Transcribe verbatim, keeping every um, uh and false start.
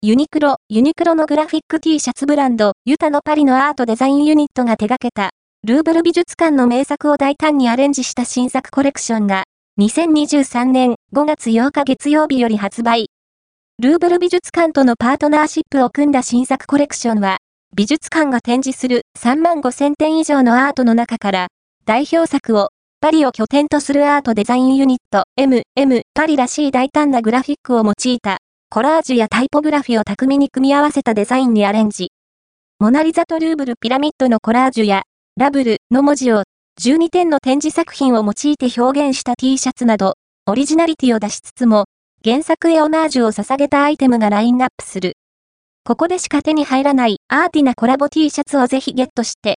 ユニクロ、ユニクロのグラフィック T シャツブランド、ユタのパリのアートデザインユニットが手掛けた、ルーブル美術館の名作を大胆にアレンジした新作コレクションが、にせんにじゅうさんねんごがつようか月曜日より発売。ルーブル美術館とのパートナーシップを組んだ新作コレクションは、美術館が展示するさんまんごせんてん以上のアートの中から、代表作を、パリを拠点とするアートデザインユニット エムエム パリらしい大胆なグラフィックを用いた、コラージュやタイポグラフィを巧みに組み合わせたデザインにアレンジ。モナリザとルーブルピラミッドのコラージュや、ラブルの文字をじゅうにてんの展示作品を用いて表現した T シャツなど、オリジナリティを出しつつも、原作へオマージュを捧げたアイテムがラインナップする。ここでしか手に入らないアーティなコラボ T シャツをぜひゲットして、